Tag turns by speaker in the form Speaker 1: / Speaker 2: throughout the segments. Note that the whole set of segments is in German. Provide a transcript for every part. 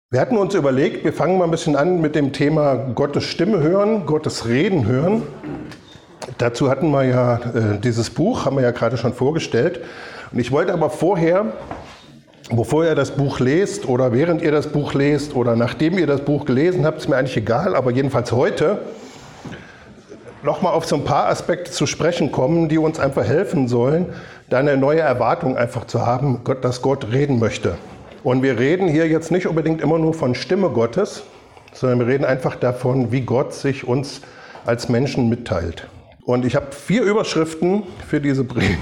Speaker 1: Wir hatten uns überlegt, wir fangen mal ein bisschen an mit dem Thema Gottes Stimme hören, Gottes Reden hören. Dazu hatten wir ja dieses Buch, haben wir ja gerade schon vorgestellt. Und ich wollte aber vorher, bevor ihr das Buch lest oder während ihr das Buch lest oder nachdem ihr das Buch gelesen habt, ist mir eigentlich egal, aber jedenfalls heute, nochmal auf so ein paar Aspekte zu sprechen kommen, die uns einfach helfen sollen, da eine neue Erwartung einfach zu haben, dass Gott reden möchte. Und wir reden hier jetzt nicht unbedingt immer nur von Stimme Gottes, sondern wir reden einfach davon, wie Gott sich uns als Menschen mitteilt. Und ich habe 4 Überschriften für diese Predigt.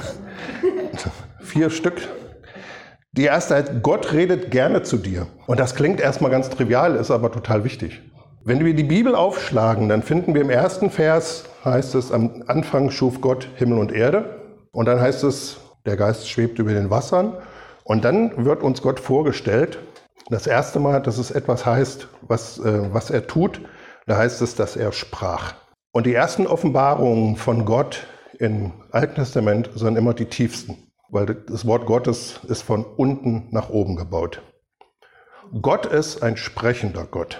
Speaker 1: 4 Stück. Die erste heißt, Gott redet gerne zu dir. Und das klingt erstmal ganz trivial, ist aber total wichtig. Wenn wir die Bibel aufschlagen, dann finden wir im ersten Vers, heißt es, am Anfang schuf Gott Himmel und Erde. Und dann heißt es, der Geist schwebt über den Wassern. Und dann wird uns Gott vorgestellt, das erste Mal, dass es etwas heißt, was er tut, da heißt es, dass er sprach. Und die ersten Offenbarungen von Gott im Alten Testament sind immer die tiefsten, weil das Wort Gottes ist von unten nach oben gebaut. Gott ist ein sprechender Gott.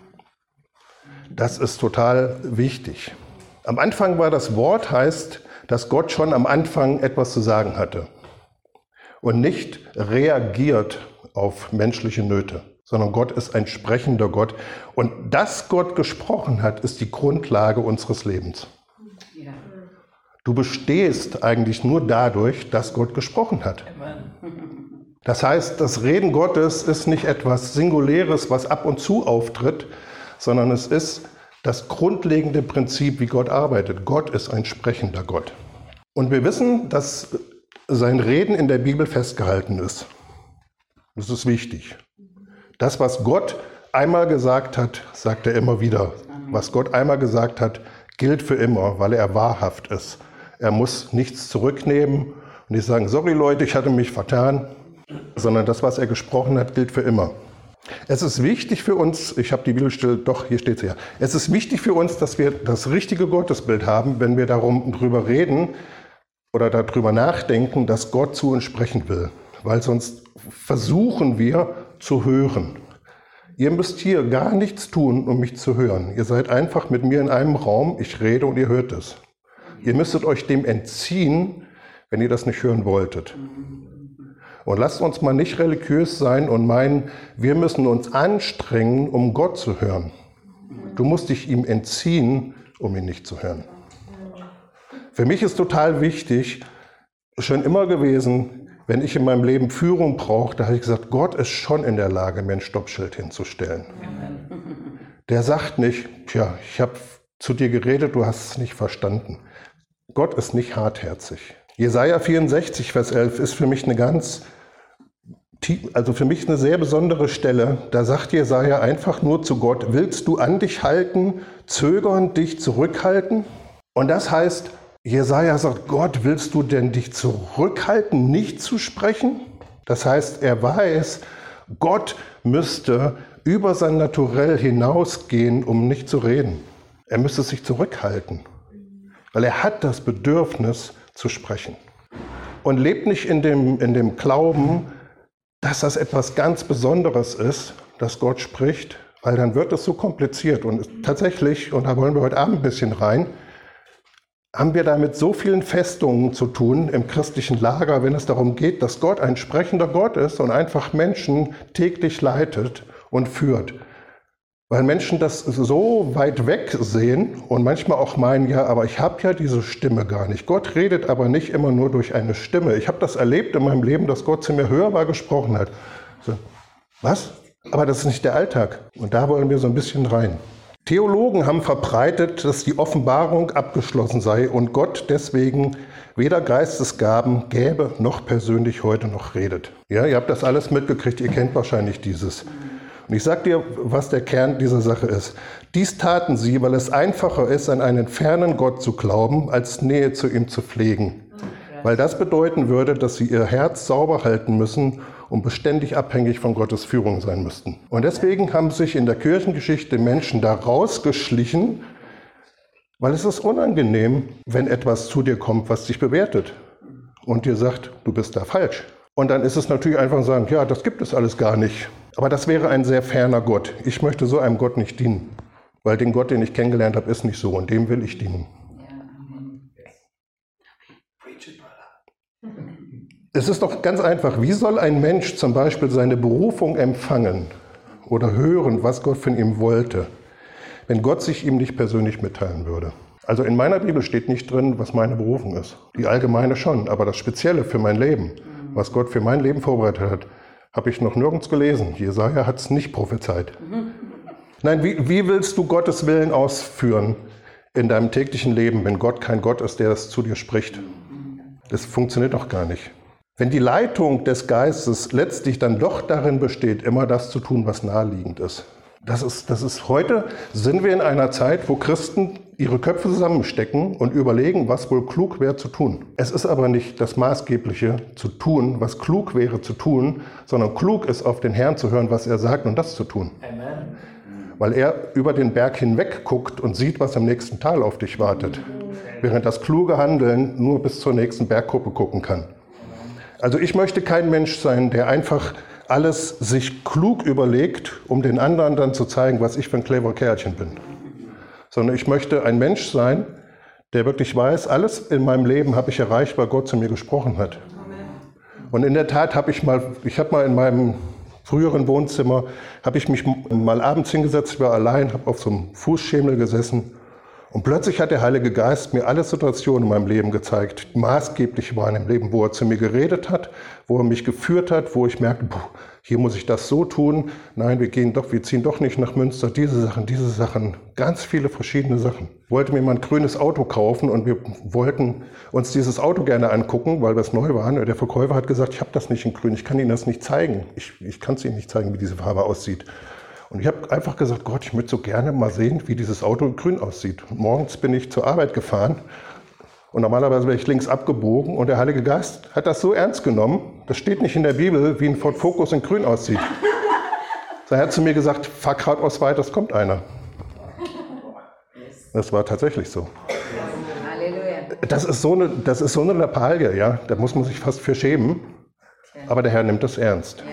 Speaker 1: Das ist total wichtig. Am Anfang war das Wort, heißt, dass Gott schon am Anfang etwas zu sagen hatte. Und nicht reagiert auf menschliche Nöte, sondern Gott ist ein sprechender Gott. Und dass Gott gesprochen hat, ist die Grundlage unseres Lebens. Ja. Du bestehst eigentlich nur dadurch, dass Gott gesprochen hat. Das heißt, das Reden Gottes ist nicht etwas Singuläres, was ab und zu auftritt, sondern es ist das grundlegende Prinzip, wie Gott arbeitet. Gott ist ein sprechender Gott. Und wir wissen, dass sein Reden in der Bibel festgehalten ist. Das ist wichtig. Das, was Gott einmal gesagt hat, sagt er immer wieder. Was Gott einmal gesagt hat, gilt für immer, weil er wahrhaft ist. Er muss nichts zurücknehmen und nicht sagen, sorry Leute, ich hatte mich vertan, sondern das, was er gesprochen hat, gilt für immer. Es ist wichtig für uns, ich habe die Bibelstelle, doch, hier steht sie ja. Es ist wichtig für uns, dass wir das richtige Gottesbild haben, wenn wir darüber reden, oder darüber nachdenken, dass Gott zu uns sprechen will, weil sonst versuchen wir zu hören. Ihr müsst hier gar nichts tun, um mich zu hören. Ihr seid einfach mit mir in einem Raum, ich rede und ihr hört es. Ihr müsstet euch dem entziehen, wenn ihr das nicht hören wolltet. Und lasst uns mal nicht religiös sein und meinen, wir müssen uns anstrengen, um Gott zu hören. Du musst dich ihm entziehen, um ihn nicht zu hören. Für mich ist total wichtig, schon immer gewesen, wenn ich in meinem Leben Führung brauche, da habe ich gesagt, Gott ist schon in der Lage, mir ein Stoppschild hinzustellen. Der sagt nicht, tja, ich habe zu dir geredet, du hast es nicht verstanden. Gott ist nicht hartherzig. Jesaja 64, Vers 11 ist für mich eine für mich eine sehr besondere Stelle. Da sagt Jesaja einfach nur zu Gott, willst du an dich halten, zögern, dich zurückhalten? Und das heißt, Jesaja sagt, Gott, willst du denn dich zurückhalten, nicht zu sprechen? Das heißt, er weiß, Gott müsste über sein Naturell hinausgehen, um nicht zu reden. Er müsste sich zurückhalten, weil er hat das Bedürfnis zu sprechen. Und lebt nicht in dem Glauben, dass das etwas ganz Besonderes ist, dass Gott spricht, weil dann wird es so kompliziert. Und tatsächlich, und da wollen wir heute Abend ein bisschen rein, haben wir da mit so vielen Festungen zu tun im christlichen Lager, wenn es darum geht, dass Gott ein sprechender Gott ist und einfach Menschen täglich leitet und führt. Weil Menschen das so weit weg sehen und manchmal auch meinen, ja, aber ich habe ja diese Stimme gar nicht. Gott redet aber nicht immer nur durch eine Stimme. Ich habe das erlebt in meinem Leben, dass Gott zu mir hörbar gesprochen hat. So, was? Aber das ist nicht der Alltag. Und da wollen wir so ein bisschen rein. Theologen haben verbreitet, dass die Offenbarung abgeschlossen sei und Gott deswegen weder Geistesgaben gäbe, noch persönlich heute noch redet. Ja, ihr habt das alles mitgekriegt, ihr kennt wahrscheinlich dieses. Und ich sage dir, was der Kern dieser Sache ist. Dies taten sie, weil es einfacher ist, an einen fernen Gott zu glauben, als Nähe zu ihm zu pflegen. Weil das bedeuten würde, dass sie ihr Herz sauber halten müssen und beständig abhängig von Gottes Führung sein müssten. Und deswegen haben sich in der Kirchengeschichte Menschen da rausgeschlichen, weil es ist unangenehm, wenn etwas zu dir kommt, was dich bewertet und dir sagt, du bist da falsch. Und dann ist es natürlich einfach zu sagen, ja, das gibt es alles gar nicht. Aber das wäre ein sehr ferner Gott. Ich möchte so einem Gott nicht dienen, weil den Gott, den ich kennengelernt habe, ist nicht so und dem will ich dienen. Es ist doch ganz einfach, wie soll ein Mensch zum Beispiel seine Berufung empfangen oder hören, was Gott von ihm wollte, wenn Gott sich ihm nicht persönlich mitteilen würde? Also in meiner Bibel steht nicht drin, was meine Berufung ist. Die allgemeine schon, aber das Spezielle für mein Leben, was Gott für mein Leben vorbereitet hat, habe ich noch nirgends gelesen. Jesaja hat es nicht prophezeit. Nein, wie willst du Gottes Willen ausführen in deinem täglichen Leben, wenn Gott kein Gott ist, der das zu dir spricht? Das funktioniert doch gar nicht. Wenn die Leitung des Geistes letztlich dann doch darin besteht, immer das zu tun, was naheliegend ist. Heute sind wir in einer Zeit, wo Christen ihre Köpfe zusammenstecken und überlegen, was wohl klug wäre zu tun. Es ist aber nicht das Maßgebliche zu tun, was klug wäre zu tun, sondern klug ist, auf den Herrn zu hören, was er sagt und das zu tun. Amen. Weil er über den Berg hinweg guckt und sieht, was im nächsten Tal auf dich wartet. Während das kluge Handeln nur bis zur nächsten Bergkuppe gucken kann. Also ich möchte kein Mensch sein, der einfach alles sich klug überlegt, um den anderen dann zu zeigen, was ich für ein cleverer Kerlchen bin. Sondern ich möchte ein Mensch sein, der wirklich weiß, alles in meinem Leben habe ich erreicht, weil Gott zu mir gesprochen hat. Und in der Tat habe ich mal in meinem früheren Wohnzimmer, habe ich mich mal abends hingesetzt, ich war allein, habe auf so einem Fußschemel gesessen. Und plötzlich hat der Heilige Geist mir alle Situationen in meinem Leben gezeigt, die maßgeblich waren im Leben, wo er zu mir geredet hat, wo er mich geführt hat, wo ich merkte, hier muss ich das so tun. Nein, wir ziehen doch nicht nach Münster, diese Sachen, ganz viele verschiedene Sachen. Ich wollte mir mal ein grünes Auto kaufen und wir wollten uns dieses Auto gerne angucken, weil wir es neu waren. Und der Verkäufer hat gesagt, ich habe das nicht in grün, ich kann Ihnen das nicht zeigen. Ich kann es Ihnen nicht zeigen, wie diese Farbe aussieht. Und ich habe einfach gesagt, Gott, ich möchte so gerne mal sehen, wie dieses Auto in grün aussieht. Und morgens bin ich zur Arbeit gefahren und normalerweise wäre ich links abgebogen und der Heilige Geist hat das so ernst genommen, das steht nicht in der Bibel, wie ein Ford Focus in grün aussieht. Er hat zu mir gesagt, fahr geradeaus weiter, es kommt einer. Das war tatsächlich so. Das ist so eine Lappalie, ja, da muss man sich fast für schämen, aber der Herr nimmt das ernst.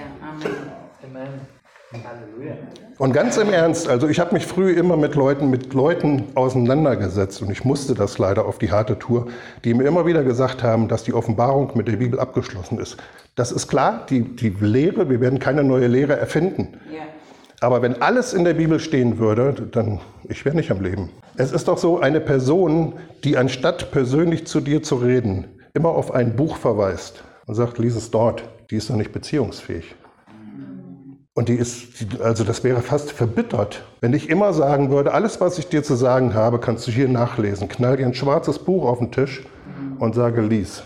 Speaker 1: Und ganz im Ernst, also ich habe mich früh immer mit Leuten auseinandergesetzt und ich musste das leider auf die harte Tour, die mir immer wieder gesagt haben, dass die Offenbarung mit der Bibel abgeschlossen ist. Das ist klar, die Lehre, wir werden keine neue Lehre erfinden. Ja. Aber wenn alles in der Bibel stehen würde, dann, ich wäre nicht am Leben. Es ist doch so, eine Person, die anstatt persönlich zu dir zu reden, immer auf ein Buch verweist und sagt, lies es dort, die ist doch nicht beziehungsfähig. Und also das wäre fast verbittert, wenn ich immer sagen würde, alles, was ich dir zu sagen habe, kannst du hier nachlesen. Knall dir ein schwarzes Buch auf den Tisch und sage, lies.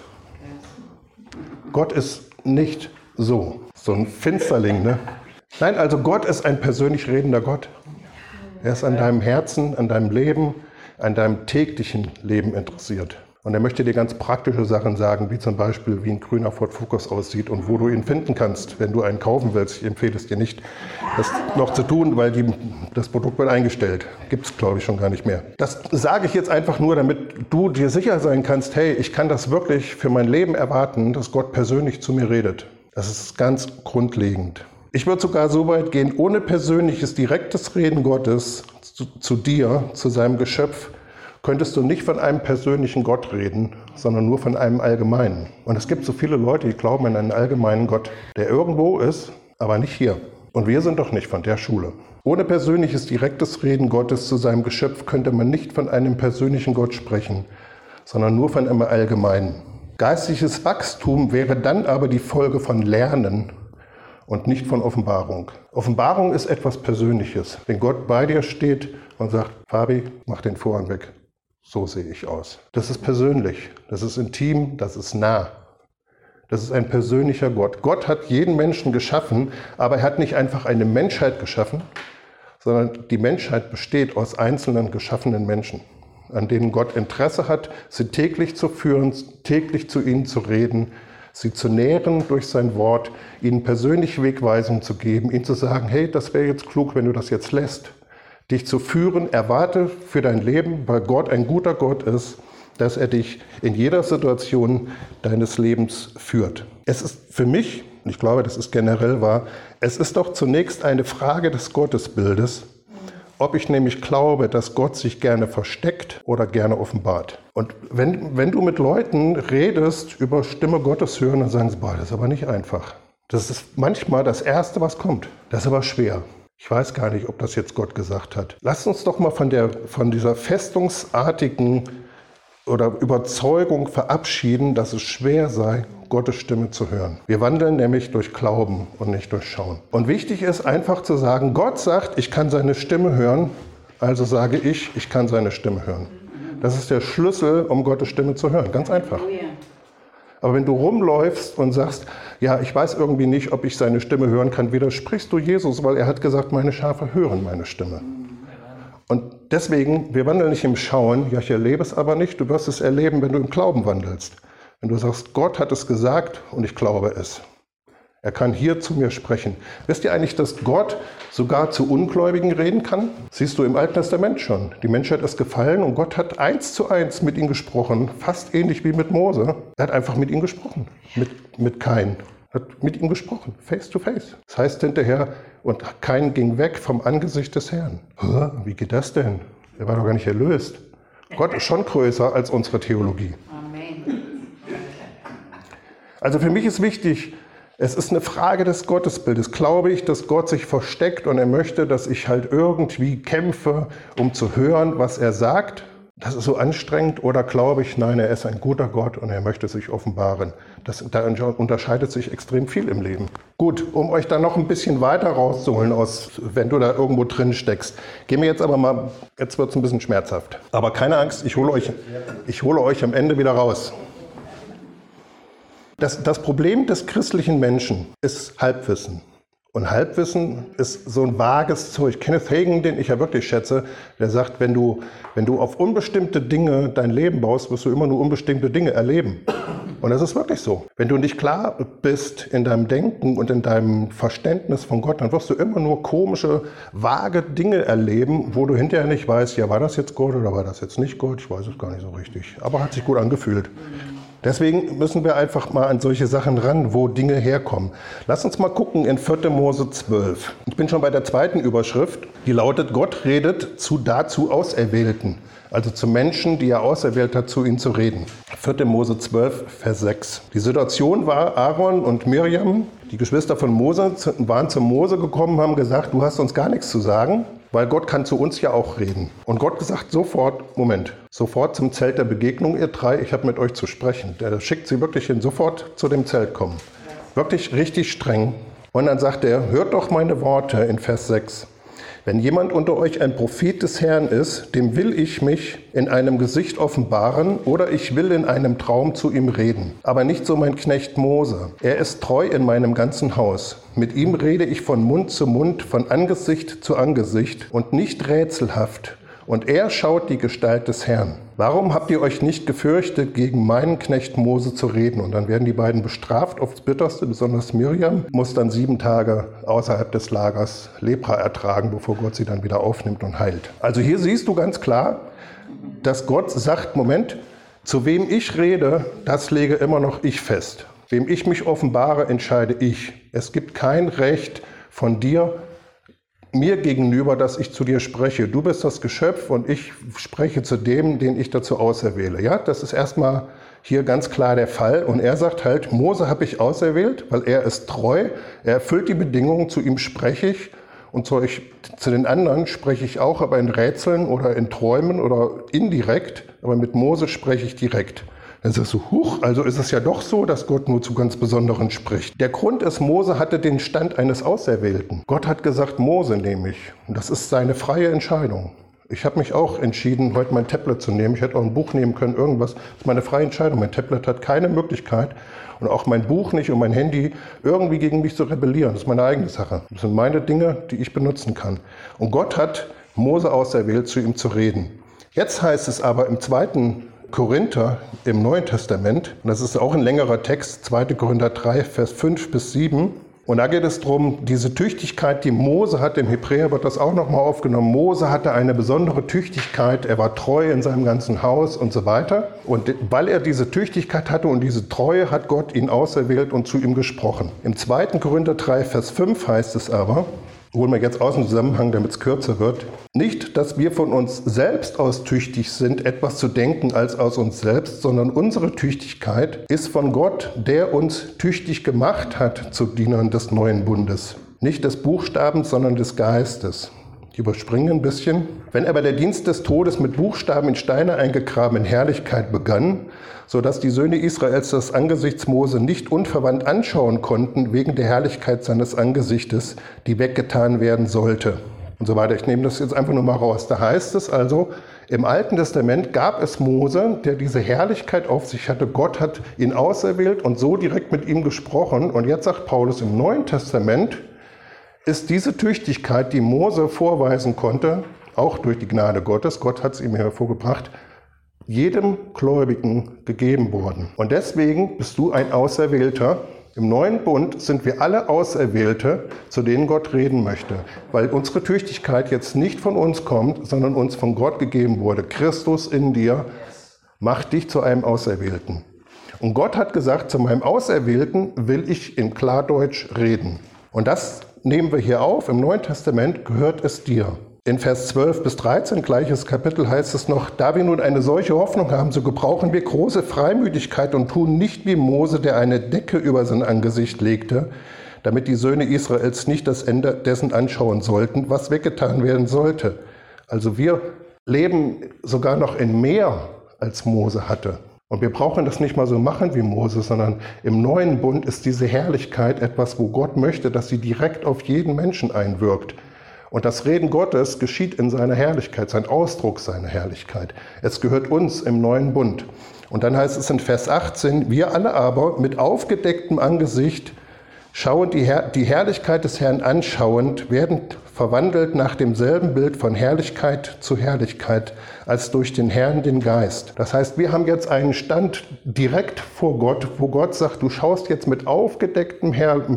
Speaker 1: Gott ist nicht so ein Finsterling, ne? Nein, also Gott ist ein persönlich redender Gott. Er ist an deinem Herzen, an deinem Leben, an deinem täglichen Leben interessiert. Und er möchte dir ganz praktische Sachen sagen, wie zum Beispiel, wie ein grüner Ford Focus aussieht und wo du ihn finden kannst, wenn du einen kaufen willst. Ich empfehle es dir nicht, das noch zu tun, weil das Produkt wird eingestellt. Gibt es, glaube ich, schon gar nicht mehr. Das sage ich jetzt einfach nur, damit du dir sicher sein kannst, hey, ich kann das wirklich für mein Leben erwarten, dass Gott persönlich zu mir redet. Das ist ganz grundlegend. Ich würde sogar so weit gehen, ohne persönliches, direktes Reden Gottes zu dir, zu seinem Geschöpf, könntest du nicht von einem persönlichen Gott reden, sondern nur von einem allgemeinen. Und es gibt so viele Leute, die glauben an einen allgemeinen Gott, der irgendwo ist, aber nicht hier. Und wir sind doch nicht von der Schule. Ohne persönliches, direktes Reden Gottes zu seinem Geschöpf könnte man nicht von einem persönlichen Gott sprechen, sondern nur von einem allgemeinen. Geistliches Wachstum wäre dann aber die Folge von Lernen und nicht von Offenbarung. Offenbarung ist etwas Persönliches. Wenn Gott bei dir steht und sagt, Fabi, mach den Vorhang weg. So sehe ich aus. Das ist persönlich, das ist intim, das ist nah. Das ist ein persönlicher Gott. Gott hat jeden Menschen geschaffen, aber er hat nicht einfach eine Menschheit geschaffen, sondern die Menschheit besteht aus einzelnen geschaffenen Menschen, an denen Gott Interesse hat, sie täglich zu führen, täglich zu ihnen zu reden, sie zu nähren durch sein Wort, ihnen persönliche Wegweisung zu geben, ihnen zu sagen, hey, das wäre jetzt klug, wenn du das jetzt lässt. Dich zu führen, erwarte für dein Leben, weil Gott ein guter Gott ist, dass er dich in jeder Situation deines Lebens führt. Es ist für mich und ich glaube, das ist generell wahr, es ist doch zunächst eine Frage des Gottesbildes, ob ich nämlich glaube, dass Gott sich gerne versteckt oder gerne offenbart. Und wenn du mit Leuten redest, über Stimme Gottes hören, dann sagen sie, boah, das ist aber nicht einfach. Das ist manchmal das Erste, was kommt. Das ist aber schwer. Ich weiß gar nicht, ob das jetzt Gott gesagt hat. Lasst uns doch mal von dieser festungsartigen oder Überzeugung verabschieden, dass es schwer sei, Gottes Stimme zu hören. Wir wandeln nämlich durch Glauben und nicht durch Schauen. Und wichtig ist einfach zu sagen, Gott sagt, ich kann seine Stimme hören, also sage ich kann seine Stimme hören. Das ist der Schlüssel, um Gottes Stimme zu hören. Ganz einfach. Aber wenn du rumläufst und sagst, ja, ich weiß irgendwie nicht, ob ich seine Stimme hören kann, widersprichst du Jesus, weil er hat gesagt, meine Schafe hören meine Stimme. Und deswegen, wir wandeln nicht im Schauen, ja, ich erlebe es aber nicht, du wirst es erleben, wenn du im Glauben wandelst. Wenn du sagst, Gott hat es gesagt und ich glaube es. Er kann hier zu mir sprechen. Wisst ihr eigentlich, dass Gott sogar zu Ungläubigen reden kann? Siehst du im Alten Testament schon. Die Menschheit ist gefallen und Gott hat 1:1 mit ihnen gesprochen, fast ähnlich wie mit Mose. Er hat einfach mit ihnen gesprochen, mit Kain. Hat mit ihm gesprochen, face to face. Das heißt hinterher, und Kain ging weg vom Angesicht des Herrn. Wie geht das denn? Er war doch gar nicht erlöst. Gott ist schon größer als unsere Theologie. Amen. Also für mich ist wichtig, es ist eine Frage des Gottesbildes. Glaube ich, dass Gott sich versteckt und er möchte, dass ich halt irgendwie kämpfe, um zu hören, was er sagt? Das ist so anstrengend. Oder glaube ich, nein, er ist ein guter Gott und er möchte sich offenbaren. Da unterscheidet sich extrem viel im Leben. Gut, um euch da noch ein bisschen weiter rauszuholen, wenn du da irgendwo drin steckst. Gehen wir jetzt aber mal, jetzt wird es ein bisschen schmerzhaft. Aber keine Angst, ich hole euch am Ende wieder raus. Das Problem des christlichen Menschen ist Halbwissen. Und Halbwissen ist so ein vages Zeug. Kenneth Hagin, den ich ja wirklich schätze, der sagt, wenn du auf unbestimmte Dinge dein Leben baust, wirst du immer nur unbestimmte Dinge erleben. Und das ist wirklich so. Wenn du nicht klar bist in deinem Denken und in deinem Verständnis von Gott, dann wirst du immer nur komische, vage Dinge erleben, wo du hinterher nicht weißt, ja, war das jetzt Gott oder war das jetzt nicht Gott? Ich weiß es gar nicht so richtig. Aber hat sich gut angefühlt. Deswegen müssen wir einfach mal an solche Sachen ran, wo Dinge herkommen. Lass uns mal gucken in 4. Mose 12. Ich bin schon bei der zweiten Überschrift, die lautet, Gott redet zu dazu Auserwählten. Also zu Menschen, die er auserwählt hat, zu ihnen zu reden. 4. Mose 12, Vers 6. Die Situation war, Aaron und Miriam, die Geschwister von Mose, waren zu Mose gekommen, haben gesagt, du hast uns gar nichts zu sagen, weil Gott kann zu uns ja auch reden. Und Gott sagt sofort zum Zelt der Begegnung, ihr drei, ich habe mit euch zu sprechen. Der schickt sie wirklich hin, sofort zu dem Zelt kommen. Wirklich richtig streng. Und dann sagt er, hört doch meine Worte in Vers 6. Wenn jemand unter euch ein Prophet des Herrn ist, dem will ich mich in einem Gesicht offenbaren oder ich will in einem Traum zu ihm reden. Aber nicht so mein Knecht Mose. Er ist treu in meinem ganzen Haus. Mit ihm rede ich von Mund zu Mund, von Angesicht zu Angesicht und nicht rätselhaft. Und er schaut die Gestalt des Herrn. Warum habt ihr euch nicht gefürchtet, gegen meinen Knecht Mose zu reden? Und dann werden die beiden bestraft aufs Bitterste, besonders Miriam muss dann 7 Tage außerhalb des Lagers Lepra ertragen, bevor Gott sie dann wieder aufnimmt und heilt. Also hier siehst du ganz klar, dass Gott sagt, Moment, zu wem ich rede, das lege immer noch ich fest. Wem ich mich offenbare, entscheide ich. Es gibt kein Recht von dir, mir gegenüber, dass ich zu dir spreche. Du bist das Geschöpf und ich spreche zu dem, den ich dazu auserwähle. Ja, das ist erstmal hier ganz klar der Fall. Und er sagt halt, Mose habe ich auserwählt, weil er ist treu, er erfüllt die Bedingungen, zu ihm spreche ich. Und zu den anderen spreche ich auch, aber in Rätseln oder in Träumen oder indirekt. Aber mit Mose spreche ich direkt. Dann sagst du, huch, also ist es ja doch so, dass Gott nur zu ganz Besonderen spricht. Der Grund ist, Mose hatte den Stand eines Auserwählten. Gott hat gesagt, Mose nehme ich. Und das ist seine freie Entscheidung. Ich habe mich auch entschieden, heute mein Tablet zu nehmen. Ich hätte auch ein Buch nehmen können, irgendwas. Das ist meine freie Entscheidung. Mein Tablet hat keine Möglichkeit und auch mein Buch nicht und mein Handy irgendwie gegen mich zu rebellieren. Das ist meine eigene Sache. Das sind meine Dinge, die ich benutzen kann. Und Gott hat Mose auserwählt, zu ihm zu reden. Jetzt heißt es aber im 2. Korinther im Neuen Testament, und das ist auch ein längerer Text, 2. Korinther 3, Vers 5 bis 7, Und da geht es darum, diese Tüchtigkeit, die Mose hatte, im Hebräer wird das auch nochmal aufgenommen. Mose hatte eine besondere Tüchtigkeit, er war treu in seinem ganzen Haus und so weiter. Und weil er diese Tüchtigkeit hatte und diese Treue, hat Gott ihn auserwählt und zu ihm gesprochen. Im 2. Korinther 3, Vers 5 heißt es aber, holen wir jetzt aus dem Zusammenhang, damit es kürzer wird, nicht, dass wir von uns selbst aus tüchtig sind, etwas zu denken als aus uns selbst, sondern unsere Tüchtigkeit ist von Gott, der uns tüchtig gemacht hat zu Dienern des neuen Bundes. Nicht des Buchstabens, sondern des Geistes. Ich überspringe ein bisschen. Wenn aber der Dienst des Todes mit Buchstaben in Steine eingegraben in Herrlichkeit begann, sodass die Söhne Israels das Angesicht Mose nicht unverwandt anschauen konnten, wegen der Herrlichkeit seines Angesichtes, die weggetan werden sollte. Und so weiter. Ich nehme das jetzt einfach nur mal raus. Da heißt es also, im Alten Testament gab es Mose, der diese Herrlichkeit auf sich hatte. Gott hat ihn auserwählt und so direkt mit ihm gesprochen. Und jetzt sagt Paulus, im Neuen Testament ist diese Tüchtigkeit, die Mose vorweisen konnte, auch durch die Gnade Gottes, Gott hat es ihm hervorgebracht, jedem Gläubigen gegeben worden. Und deswegen bist du ein Auserwählter. Im neuen Bund sind wir alle Auserwählte, zu denen Gott reden möchte, weil unsere Tüchtigkeit jetzt nicht von uns kommt, sondern uns von Gott gegeben wurde. Christus in dir macht dich zu einem Auserwählten. Und Gott hat gesagt, zu meinem Auserwählten will ich in Klardeutsch reden. Und das nehmen wir hier auf. Im Neuen Testament gehört es dir. In Vers 12 bis 13, gleiches Kapitel, heißt es noch, da wir nun eine solche Hoffnung haben, so gebrauchen wir große Freimütigkeit und tun nicht wie Mose, der eine Decke über sein Angesicht legte, damit die Söhne Israels nicht das Ende dessen anschauen sollten, was weggetan werden sollte. Also wir leben sogar noch in mehr, als Mose hatte. Und wir brauchen das nicht mal so machen wie Mose, sondern im neuen Bund ist diese Herrlichkeit etwas, wo Gott möchte, dass sie direkt auf jeden Menschen einwirkt. Und das Reden Gottes geschieht in seiner Herrlichkeit, sein Ausdruck seiner Herrlichkeit. Es gehört uns im neuen Bund. Und dann heißt es in Vers 18, wir alle aber mit aufgedecktem Angesicht schauend die Herrlichkeit des Herrn anschauend, werden verwandelt nach demselben Bild von Herrlichkeit zu Herrlichkeit, als durch den Herrn den Geist. Das heißt, wir haben jetzt einen Stand direkt vor Gott, wo Gott sagt, du schaust jetzt mit aufgedecktem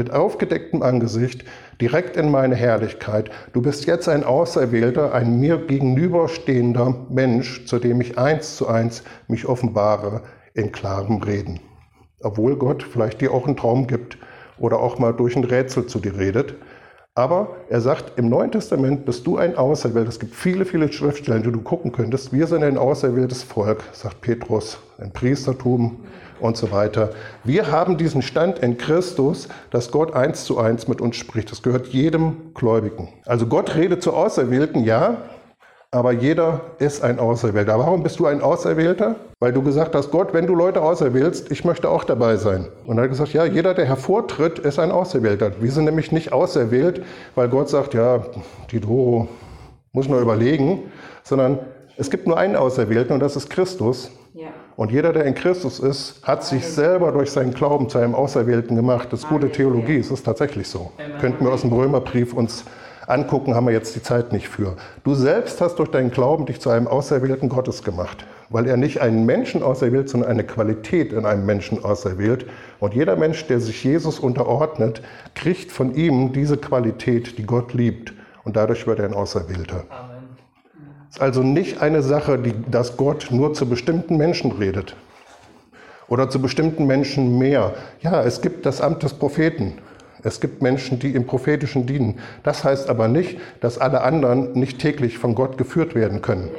Speaker 1: Angesicht direkt in meine Herrlichkeit. Du bist jetzt ein Auserwählter, ein mir gegenüberstehender Mensch, zu dem ich 1:1 mich offenbare in klarem Reden. Obwohl Gott vielleicht dir auch einen Traum gibt oder auch mal durch ein Rätsel zu dir redet. Aber er sagt, im Neuen Testament bist du ein Auserwählter. Es gibt viele, viele Schriftstellen, die du gucken könntest. Wir sind ein auserwähltes Volk, sagt Petrus, ein Priestertum und so weiter. Wir haben diesen Stand in Christus, dass Gott 1:1 mit uns spricht. Das gehört jedem Gläubigen. Also Gott redet zu Auserwählten, ja, aber jeder ist ein Auserwählter. Warum bist du ein Auserwählter? Weil du gesagt hast, Gott, wenn du Leute auserwählst, ich möchte auch dabei sein. Und er hat gesagt, ja, jeder, der hervortritt, ist ein Auserwählter. Wir sind nämlich nicht auserwählt, weil Gott sagt, ja, die Doro muss nur überlegen, sondern es gibt nur einen Auserwählten und das ist Christus. Ja. Und jeder, der in Christus ist, hat sich selber durch seinen Glauben zu einem Auserwählten gemacht. Das ist gute Theologie, es ist tatsächlich so. Könnten wir aus dem Römerbrief uns angucken, haben wir jetzt die Zeit nicht für. Du selbst hast durch deinen Glauben dich zu einem Auserwählten Gottes gemacht, weil er nicht einen Menschen auserwählt, sondern eine Qualität in einem Menschen auserwählt. Und jeder Mensch, der sich Jesus unterordnet, kriegt von ihm diese Qualität, die Gott liebt. Und dadurch wird er ein Auserwählter. Amen. Es ist also nicht eine Sache, dass Gott nur zu bestimmten Menschen redet. Oder zu bestimmten Menschen mehr. Ja, es gibt das Amt des Propheten. Es gibt Menschen, die im Prophetischen dienen. Das heißt aber nicht, dass alle anderen nicht täglich von Gott geführt werden können.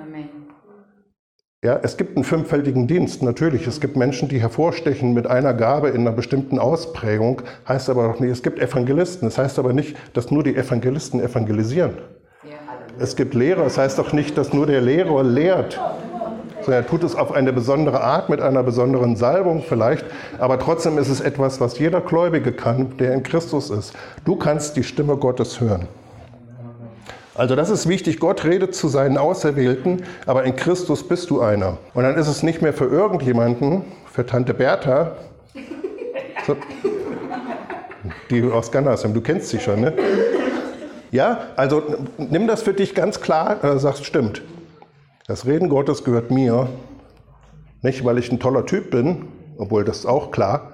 Speaker 1: Ja, es gibt einen fünffältigen Dienst, natürlich. Es gibt Menschen, die hervorstechen mit einer Gabe in einer bestimmten Ausprägung. Heißt aber auch nicht, es gibt Evangelisten. Das heißt aber nicht, dass nur die Evangelisten evangelisieren. Es gibt Lehrer. Das heißt auch nicht, dass nur der Lehrer lehrt. Er tut es auf eine besondere Art, mit einer besonderen Salbung vielleicht, aber trotzdem ist es etwas, was jeder Gläubige kann, der in Christus ist. Du kannst die Stimme Gottes hören. Also das ist wichtig, Gott redet zu seinen Auserwählten, aber in Christus bist du einer. Und dann ist es nicht mehr für irgendjemanden, für Tante Bertha, so, die aus Ghana sind, du kennst sie schon, ne? Ja, also nimm das für dich ganz klar, sagst, stimmt. Das Reden Gottes gehört mir, nicht weil ich ein toller Typ bin, obwohl das ist auch klar,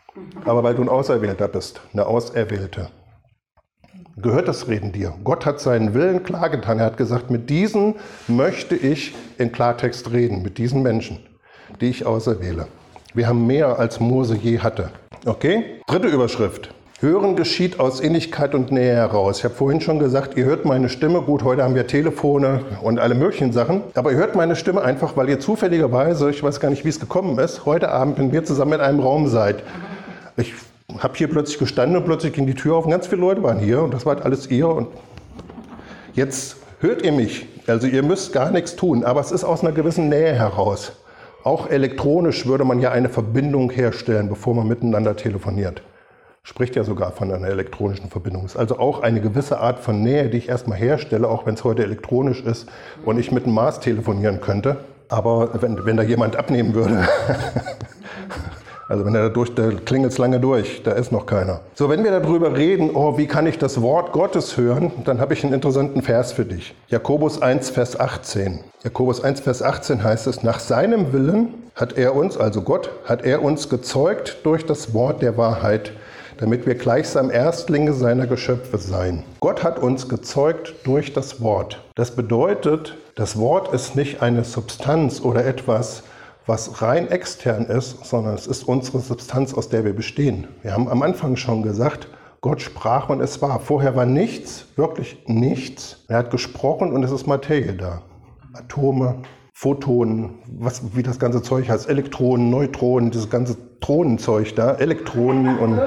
Speaker 1: Aber weil du ein Auserwählter bist, eine Auserwählte, gehört das Reden dir. Gott hat seinen Willen klargetan. Er hat gesagt, mit diesen möchte ich in Klartext reden, mit diesen Menschen, die ich auserwähle. Wir haben mehr, als Mose je hatte. Okay? 3. Überschrift. Hören geschieht aus Innigkeit und Nähe heraus. Ich habe vorhin schon gesagt, ihr hört meine Stimme. Gut, heute haben wir Telefone und alle möglichen Sachen. Aber ihr hört meine Stimme einfach, weil ihr zufälligerweise, ich weiß gar nicht, wie es gekommen ist, heute Abend, wenn wir zusammen in einem Raum seid. Ich habe hier plötzlich gestanden und plötzlich ging die Tür auf und ganz viele Leute waren hier und das war halt alles ihr. Und jetzt hört ihr mich. Also ihr müsst gar nichts tun, aber es ist aus einer gewissen Nähe heraus. Auch elektronisch würde man ja eine Verbindung herstellen, bevor man miteinander telefoniert. Spricht ja sogar von einer elektronischen Verbindung. Es ist also auch eine gewisse Art von Nähe, die ich erstmal herstelle, auch wenn es heute elektronisch ist und ich mit dem Mars telefonieren könnte. Aber wenn da jemand abnehmen würde, also wenn da klingelt es lange durch, da ist noch keiner. So, wenn wir darüber reden, oh, wie kann ich das Wort Gottes hören, dann habe ich einen interessanten Vers für dich. Jakobus 1, Vers 18. Jakobus 1, Vers 18 heißt es, nach seinem Willen hat er uns, also Gott, hat er uns gezeugt durch das Wort der Wahrheit, damit wir gleichsam Erstlinge seiner Geschöpfe seien. Gott hat uns gezeugt durch das Wort. Das bedeutet, das Wort ist nicht eine Substanz oder etwas, was rein extern ist, sondern es ist unsere Substanz, aus der wir bestehen. Wir haben am Anfang schon gesagt, Gott sprach und es war. Vorher war nichts, wirklich nichts. Er hat gesprochen und es ist Materie da. Atome, Photonen, wie das ganze Zeug heißt, Elektronen, Neutronen, dieses ganze Thronenzeug da, Elektronen und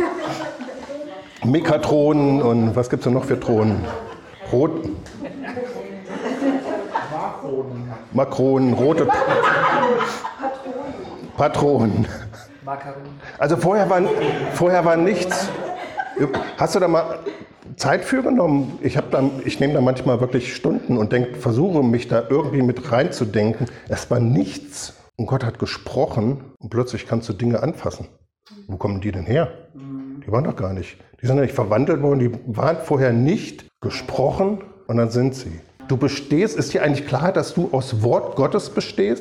Speaker 1: Megatronen und was gibt es denn noch für Thronen? Makronen, rote Patronen. Also vorher war nichts. Hast du da mal Zeit für genommen? Ich nehme da manchmal wirklich Stunden und versuche mich da irgendwie mit reinzudenken. Es war nichts und Gott hat gesprochen und plötzlich kannst du Dinge anfassen. Wo kommen die denn her? Die waren doch gar nicht. Die sind ja nicht verwandelt worden, die waren vorher nicht gesprochen und dann sind sie. Du bestehst, ist dir eigentlich klar, dass du aus Wort Gottes bestehst?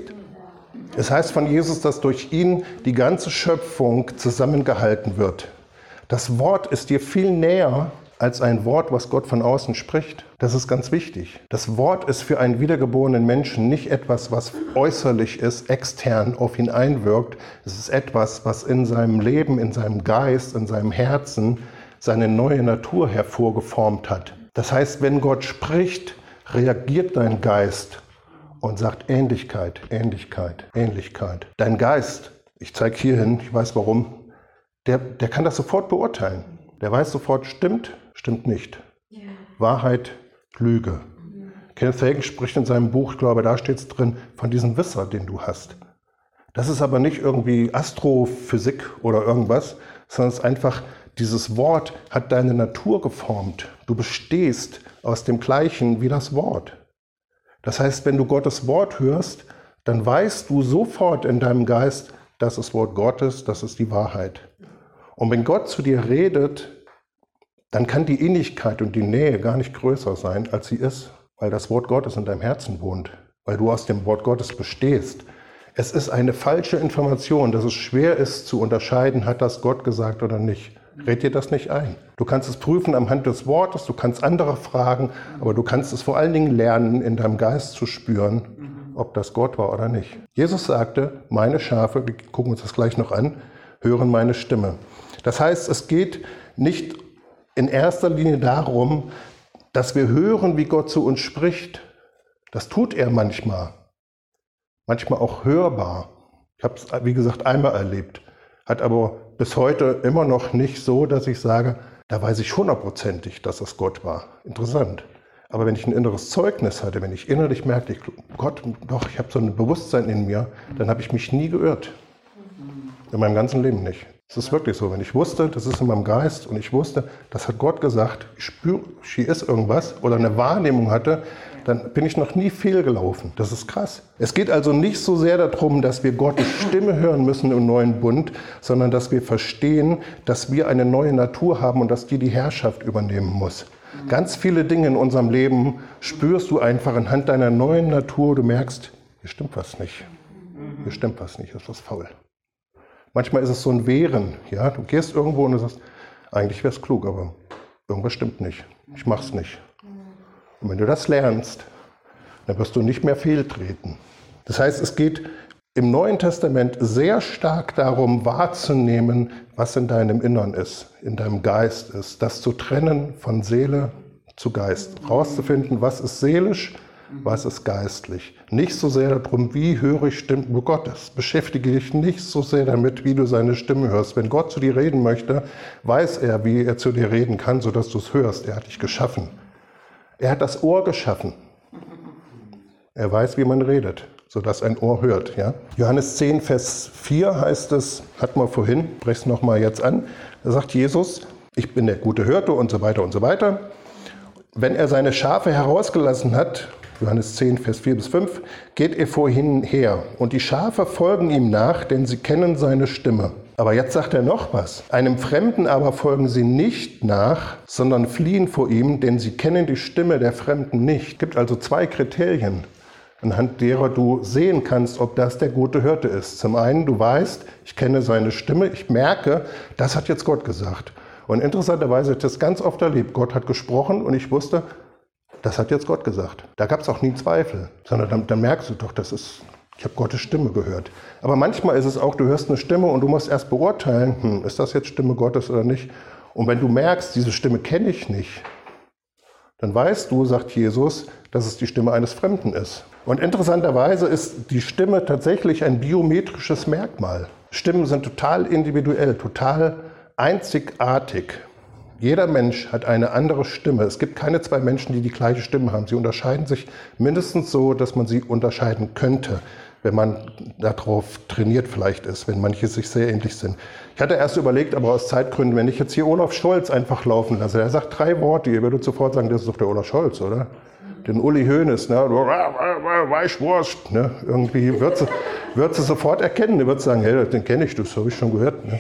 Speaker 1: Es heißt von Jesus, dass durch ihn die ganze Schöpfung zusammengehalten wird. Das Wort ist dir viel näher als ein Wort, was Gott von außen spricht. Das ist ganz wichtig. Das Wort ist für einen wiedergeborenen Menschen nicht etwas, was äußerlich ist, extern auf ihn einwirkt. Es ist etwas, was in seinem Leben, in seinem Geist, in seinem Herzen seine neue Natur hervorgeformt hat. Das heißt, wenn Gott spricht, reagiert dein Geist und sagt Ähnlichkeit, Ähnlichkeit, Ähnlichkeit. Dein Geist, ich zeige hier hin, ich weiß warum, der kann das sofort beurteilen. Der weiß sofort, stimmt nicht. Ja. Wahrheit, Lüge. Ja. Kenneth Hagin spricht in seinem Buch, ich glaube, da steht es drin, von diesem Wisser, den du hast. Das ist aber nicht irgendwie Astrophysik oder irgendwas, sondern es ist einfach, dieses Wort hat deine Natur geformt. Du bestehst aus dem Gleichen wie das Wort. Das heißt, wenn du Gottes Wort hörst, dann weißt du sofort in deinem Geist, das ist Wort Gottes, das ist die Wahrheit. Und wenn Gott zu dir redet, dann kann die Innigkeit und die Nähe gar nicht größer sein, als sie ist, weil das Wort Gottes in deinem Herzen wohnt, weil du aus dem Wort Gottes bestehst. Es ist eine falsche Information, dass es schwer ist zu unterscheiden, hat das Gott gesagt oder nicht. Red dir das nicht ein. Du kannst es prüfen anhand des Wortes, du kannst andere fragen, aber du kannst es vor allen Dingen lernen, in deinem Geist zu spüren, ob das Gott war oder nicht. Jesus sagte, meine Schafe, wir gucken uns das gleich noch an, hören meine Stimme. Das heißt, es geht nicht in erster Linie darum, dass wir hören, wie Gott zu uns spricht. Das tut er manchmal. Manchmal auch hörbar. Ich habe es, wie gesagt, einmal erlebt. Hat aber bis heute immer noch nicht so, dass ich sage, da weiß ich 100%, dass es Gott war. Interessant. Aber wenn ich ein inneres Zeugnis hatte, wenn ich innerlich merkte, Gott, doch, ich habe so ein Bewusstsein in mir, dann habe ich mich nie geirrt. In meinem ganzen Leben nicht. Es ist wirklich so, wenn ich wusste, das ist in meinem Geist und ich wusste, das hat Gott gesagt, ich spüre, hier ist irgendwas oder eine Wahrnehmung hatte, dann bin ich noch nie fehlgelaufen. Das ist krass. Es geht also nicht so sehr darum, dass wir Gottes Stimme hören müssen im neuen Bund, sondern dass wir verstehen, dass wir eine neue Natur haben und dass die Herrschaft übernehmen muss. Ganz viele Dinge in unserem Leben spürst du einfach anhand deiner neuen Natur. Du merkst, hier stimmt was nicht. Hier stimmt was nicht, ist was faul. Manchmal ist es so ein Wehren. Ja? Du gehst irgendwo und du sagst, eigentlich wäre es klug, aber irgendwas stimmt nicht. Ich mach's nicht. Und wenn du das lernst, dann wirst du nicht mehr fehltreten. Das heißt, es geht im Neuen Testament sehr stark darum, wahrzunehmen, was in deinem Innern ist, in deinem Geist ist. Das zu trennen von Seele zu Geist. Rauszufinden, was ist seelisch, was ist geistlich. Nicht so sehr darum, wie höre ich Stimmen Gottes. Beschäftige dich nicht so sehr damit, wie du seine Stimme hörst. Wenn Gott zu dir reden möchte, weiß er, wie er zu dir reden kann, sodass du es hörst. Er hat dich geschaffen. Er hat das Ohr geschaffen. Er weiß, wie man redet, sodass ein Ohr hört. Ja? Johannes 10, Vers 4 heißt es, hatten wir vorhin, brech es nochmal jetzt an, da sagt Jesus, ich bin der gute Hirte und so weiter und so weiter. Wenn er seine Schafe herausgelassen hat, Johannes 10, Vers 4 bis 5, geht er vorhin her und die Schafe folgen ihm nach, denn sie kennen seine Stimme. Aber jetzt sagt er noch was. Einem Fremden aber folgen sie nicht nach, sondern fliehen vor ihm, denn sie kennen die Stimme der Fremden nicht. Es gibt also 2 Kriterien, anhand derer du sehen kannst, ob das der gute Hirte ist. Zum einen, du weißt, ich kenne seine Stimme, ich merke, das hat jetzt Gott gesagt. Und interessanterweise habe ich das ganz oft erlebt. Gott hat gesprochen und ich wusste, das hat jetzt Gott gesagt. Da gab es auch nie Zweifel, sondern dann merkst du doch, ich habe Gottes Stimme gehört. Aber manchmal ist es auch, du hörst eine Stimme und du musst erst beurteilen, ist das jetzt Stimme Gottes oder nicht? Und wenn du merkst, diese Stimme kenne ich nicht, dann weißt du, sagt Jesus, dass es die Stimme eines Fremden ist. Und interessanterweise ist die Stimme tatsächlich ein biometrisches Merkmal. Stimmen sind total individuell, total einzigartig. Jeder Mensch hat eine andere Stimme. Es gibt keine 2 Menschen, die die gleiche Stimme haben. Sie unterscheiden sich mindestens so, dass man sie unterscheiden könnte, wenn man darauf trainiert vielleicht ist, wenn manche sich sehr ähnlich sind. Ich hatte erst überlegt, aber aus Zeitgründen, wenn ich jetzt hier Olaf Scholz einfach laufen lasse, er sagt 3 Worte, ihr würdet sofort sagen, das ist doch der Olaf Scholz, oder? Den Uli Hoeneß, ne? Weißwurst, ne? Irgendwie wird sie sofort erkennen. Er wird sagen, hey, den kenne ich, das habe ich schon gehört. Ne?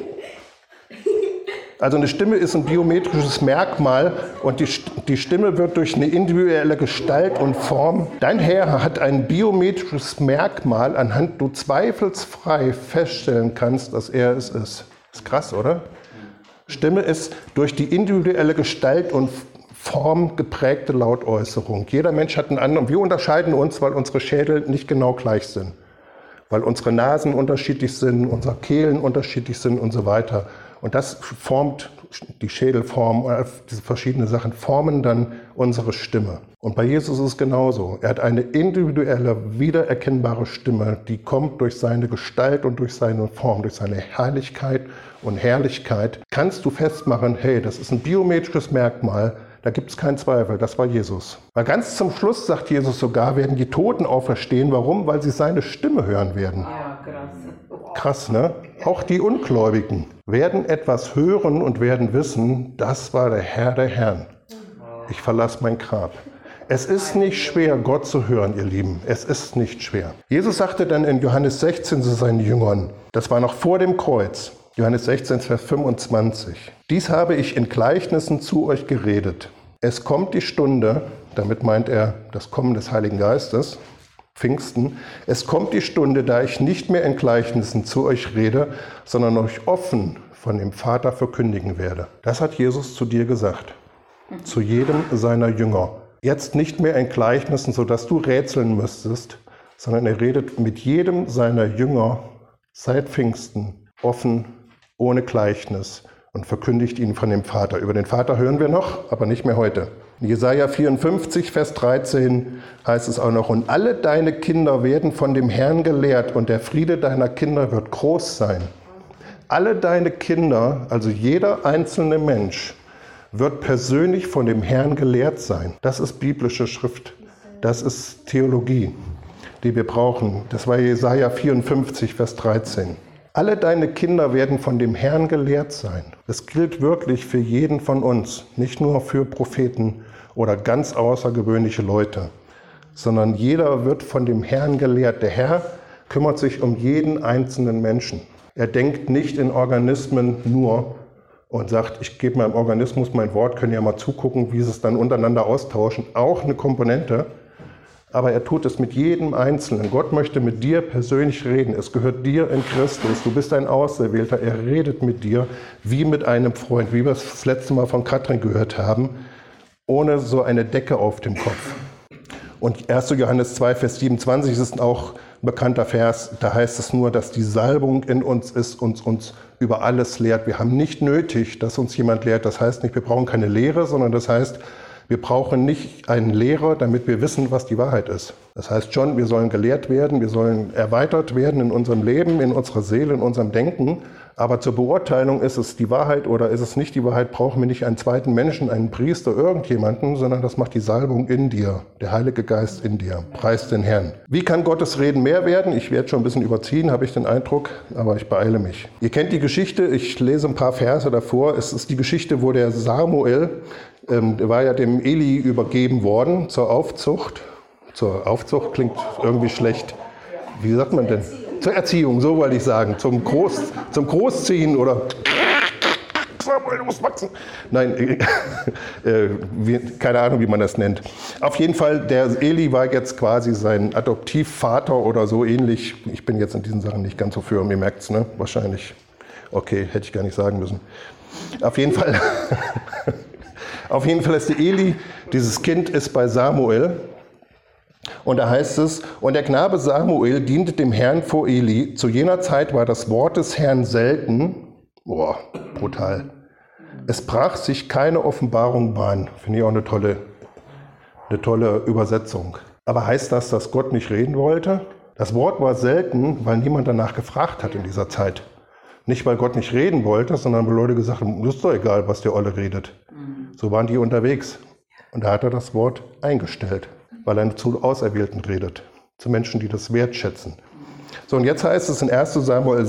Speaker 1: Also eine Stimme ist ein biometrisches Merkmal und die Stimme wird durch eine individuelle Gestalt und Form. Dein Herr hat ein biometrisches Merkmal, anhand du zweifelsfrei feststellen kannst, dass er es ist. Ist krass, oder? Stimme ist durch die individuelle Gestalt und Form geprägte Lautäußerung. Jeder Mensch hat einen anderen. Wir unterscheiden uns, weil unsere Schädel nicht genau gleich sind. Weil unsere Nasen unterschiedlich sind, unsere Kehlen unterschiedlich sind und so weiter. Und das formt, die Schädelform, diese verschiedenen Sachen formen dann unsere Stimme. Und bei Jesus ist es genauso. Er hat eine individuelle, wiedererkennbare Stimme, die kommt durch seine Gestalt und durch seine Form, durch seine Heiligkeit und Herrlichkeit. Kannst du festmachen, hey, das ist ein biometrisches Merkmal, da gibt es keinen Zweifel, das war Jesus. Weil ganz zum Schluss sagt Jesus sogar, werden die Toten auferstehen. Warum? Weil sie seine Stimme hören werden.
Speaker 2: Ja, krass.
Speaker 1: Krass, ne? Auch die Ungläubigen werden etwas hören und werden wissen, das war der Herr der Herren. Ich verlasse mein Grab. Es ist nicht schwer, Gott zu hören, ihr Lieben. Es ist nicht schwer. Jesus sagte dann in Johannes 16 zu seinen Jüngern, das war noch vor dem Kreuz, Johannes 16, Vers 25. Dies habe ich in Gleichnissen zu euch geredet. Es kommt die Stunde, damit meint er das Kommen des Heiligen Geistes, Pfingsten. Es kommt die Stunde, da ich nicht mehr in Gleichnissen zu euch rede, sondern euch offen von dem Vater verkündigen werde. Das hat Jesus zu dir gesagt, zu jedem seiner Jünger. Jetzt nicht mehr in Gleichnissen, sodass du rätseln müsstest, sondern er redet mit jedem seiner Jünger seit Pfingsten offen, ohne Gleichnis und verkündigt ihnen von dem Vater. Über den Vater hören wir noch, aber nicht mehr heute. In Jesaja 54, Vers 13 heißt es auch noch, und alle deine Kinder werden von dem Herrn gelehrt und der Friede deiner Kinder wird groß sein. Alle deine Kinder, also jeder einzelne Mensch, wird persönlich von dem Herrn gelehrt sein. Das ist biblische Schrift. Das ist Theologie, die wir brauchen. Das war Jesaja 54, Vers 13. Alle deine Kinder werden von dem Herrn gelehrt sein. Das gilt wirklich für jeden von uns, nicht nur für Propheten oder ganz außergewöhnliche Leute, sondern jeder wird von dem Herrn gelehrt. Der Herr kümmert sich um jeden einzelnen Menschen. Er denkt nicht in Organismen nur und sagt, ich gebe meinem Organismus mein Wort, können ja mal zugucken, wie sie es dann untereinander austauschen. Auch eine Komponente, Aber er tut es mit jedem Einzelnen. Gott möchte mit dir persönlich reden. Es gehört dir in Christus. Du bist ein Auserwählter. Er redet mit dir wie mit einem Freund, wie wir es das letzte Mal von Katrin gehört haben, ohne so eine Decke auf dem Kopf. Und 1. Johannes 2, Vers 27 ist auch ein bekannter Vers. Da heißt es nur, dass die Salbung in uns ist und uns über alles lehrt. Wir haben nicht nötig, dass uns jemand lehrt. Das heißt nicht, wir brauchen keine Lehre, sondern das heißt, wir brauchen nicht einen Lehrer, damit wir wissen, was die Wahrheit ist. Das heißt schon, wir sollen gelehrt werden, wir sollen erweitert werden in unserem Leben, in unserer Seele, in unserem Denken. Aber zur Beurteilung, ist es die Wahrheit oder ist es nicht die Wahrheit, brauchen wir nicht einen zweiten Menschen, einen Priester, irgendjemanden, sondern das macht die Salbung in dir, der Heilige Geist in dir. Preis den Herrn. Wie kann Gottes Reden mehr werden? Ich werde schon ein bisschen überziehen, habe ich den Eindruck, aber ich beeile mich. Ihr kennt die Geschichte, ich lese ein paar Verse davor. Es ist die Geschichte, wo der Samuel, der war ja dem Eli übergeben worden zur Aufzucht. Zur Aufzucht klingt irgendwie schlecht. Wie sagt man denn? Zur Erziehung, so wollte ich sagen. Zum Großziehen oder Samuel, du musst wachsen. Nein, keine Ahnung, wie man das nennt. Auf jeden Fall, der Eli war jetzt quasi sein Adoptivvater oder so ähnlich. Ich bin jetzt in diesen Sachen nicht ganz so für, ihr merkt es, ne? Wahrscheinlich. Okay, hätte ich gar nicht sagen müssen. Auf jeden Fall ist der Eli, dieses Kind ist bei Samuel. Und da heißt es, und der Knabe Samuel diente dem Herrn vor Eli. Zu jener Zeit war das Wort des Herrn selten. Boah, brutal. Es brach sich keine Offenbarung Bahn. Finde ich auch eine tolle Übersetzung. Aber heißt das, dass Gott nicht reden wollte? Das Wort war selten, weil niemand danach gefragt hat in dieser Zeit. Nicht, weil Gott nicht reden wollte, sondern weil Leute gesagt haben, ist doch egal, was der Olle redet. So waren die unterwegs. Und da hat er das Wort eingestellt, weil er zu Auserwählten redet, zu Menschen, die das wertschätzen. So, und jetzt heißt es in 1. Samuel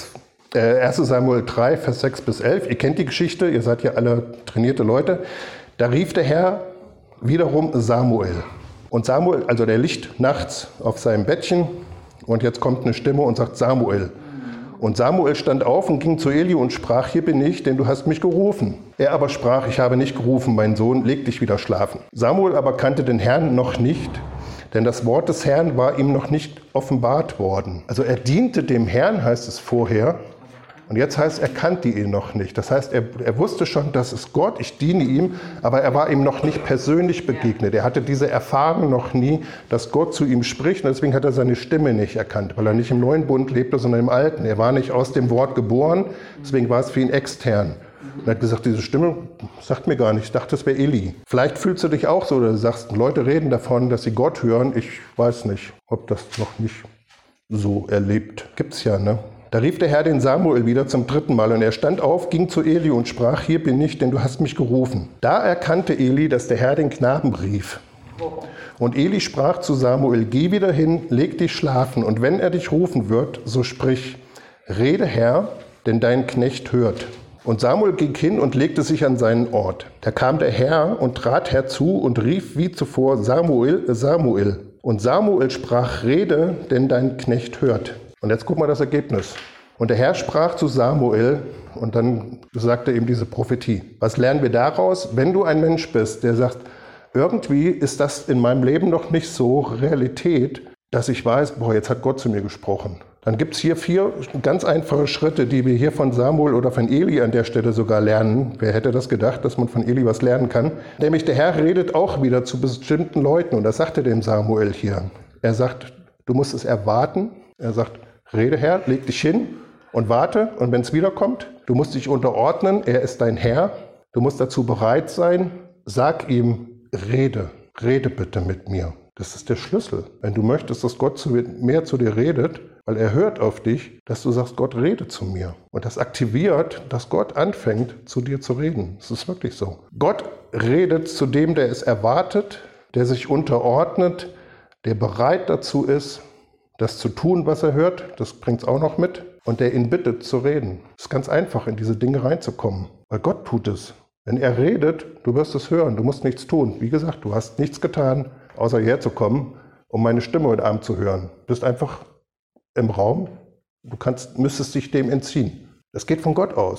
Speaker 1: 3, Vers 6 bis 11, ihr kennt die Geschichte, ihr seid ja alle trainierte Leute, da rief der Herr wiederum Samuel. Und Samuel, also der liegt nachts auf seinem Bettchen und jetzt kommt eine Stimme und sagt Samuel. Und Samuel stand auf und ging zu Eli und sprach, hier bin ich, denn du hast mich gerufen. Er aber sprach, ich habe nicht gerufen, mein Sohn, leg dich wieder schlafen. Samuel aber kannte den Herrn noch nicht, denn das Wort des Herrn war ihm noch nicht offenbart worden. Also er diente dem Herrn, heißt es vorher, und jetzt heißt er kannte ihn noch nicht. Das heißt, er wusste schon, das ist Gott, ich diene ihm, aber er war ihm noch nicht persönlich begegnet. Er hatte diese Erfahrung noch nie, dass Gott zu ihm spricht, und deswegen hat er seine Stimme nicht erkannt, weil er nicht im neuen Bund lebte, sondern im alten. Er war nicht aus dem Wort geboren, deswegen war es für ihn extern. Und er hat gesagt, diese Stimme sagt mir gar nicht, ich dachte, es wäre Eli. Vielleicht fühlst du dich auch so, oder du sagst, Leute reden davon, dass sie Gott hören. Ich weiß nicht, ob das noch nicht so erlebt. Gibt's ja, ne? Da rief der Herr den Samuel wieder zum 3. Mal und er stand auf, ging zu Eli und sprach, hier bin ich, denn du hast mich gerufen. Da erkannte Eli, dass der Herr den Knaben rief. Und Eli sprach zu Samuel, geh wieder hin, leg dich schlafen und wenn er dich rufen wird, so sprich, rede Herr, denn dein Knecht hört. Und Samuel ging hin und legte sich an seinen Ort. Da kam der Herr und trat herzu und rief wie zuvor, Samuel, Samuel. Und Samuel sprach, rede, denn dein Knecht hört. Und jetzt guck mal das Ergebnis. Und der Herr sprach zu Samuel und dann sagte ihm diese Prophetie. Was lernen wir daraus? Wenn du ein Mensch bist, der sagt, irgendwie ist das in meinem Leben noch nicht so Realität, dass ich weiß, boah, jetzt hat Gott zu mir gesprochen. Dann gibt es hier 4 ganz einfache Schritte, die wir hier von Samuel oder von Eli an der Stelle sogar lernen. Wer hätte das gedacht, dass man von Eli was lernen kann? Nämlich der Herr redet auch wieder zu bestimmten Leuten und das sagt er dem Samuel hier. Er sagt, du musst es erwarten. Er sagt, rede Herr, leg dich hin und warte. Und wenn es wiederkommt, du musst dich unterordnen. Er ist dein Herr. Du musst dazu bereit sein. Sag ihm, rede bitte mit mir. Das ist der Schlüssel. Wenn du möchtest, dass Gott mehr zu dir redet, weil er hört auf dich, dass du sagst, Gott rede zu mir. Und das aktiviert, dass Gott anfängt, zu dir zu reden. Das ist wirklich so. Gott redet zu dem, der es erwartet, der sich unterordnet, der bereit dazu ist, das zu tun, was er hört, das bringt es auch noch mit, und der ihn bittet zu reden. Es ist ganz einfach, in diese Dinge reinzukommen, weil Gott tut es. Wenn er redet, du wirst es hören, du musst nichts tun. Wie gesagt, du hast nichts getan, außer hierher zu kommen, um meine Stimme heute Abend zu hören. Du bist einfach im Raum, du müsstest dich dem entziehen. Das geht von Gott aus.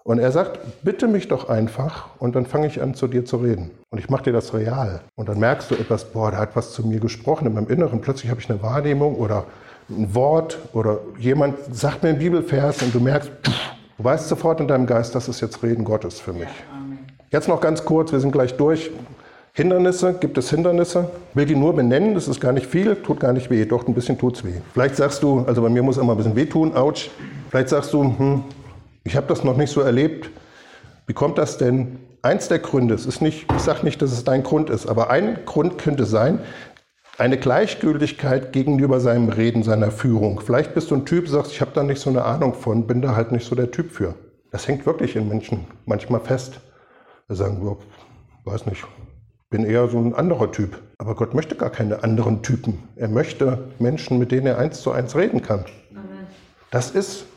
Speaker 1: Und er sagt, bitte mich doch einfach und dann fange ich an, zu dir zu reden. Und ich mache dir das real. Und dann merkst du etwas, boah, da hat was zu mir gesprochen in meinem Inneren. Plötzlich habe ich eine Wahrnehmung oder ein Wort oder jemand sagt mir einen Bibelvers und du merkst, du weißt sofort in deinem Geist, das ist jetzt Reden Gottes für mich. Jetzt noch ganz kurz, wir sind gleich durch. Hindernisse, gibt es Hindernisse? Ich will die nur benennen, das ist gar nicht viel, tut gar nicht weh, doch ein bisschen tut's weh. Vielleicht sagst du, also bei mir muss immer ein bisschen wehtun, ouch. Vielleicht sagst du, ich habe das noch nicht so erlebt. Wie kommt das denn? Eins der Gründe, es ist nicht, ich sage nicht, dass es dein Grund ist, aber ein Grund könnte sein, eine Gleichgültigkeit gegenüber seinem Reden, seiner Führung. Vielleicht bist du ein Typ, sagst, ich habe da nicht so eine Ahnung von, bin da halt nicht so der Typ für. Das hängt wirklich in Menschen manchmal fest. Wir sagen, weiß nicht, bin eher so ein anderer Typ. Aber Gott möchte gar keine anderen Typen. Er möchte Menschen, mit denen er 1:1 reden kann. Amen. Das ist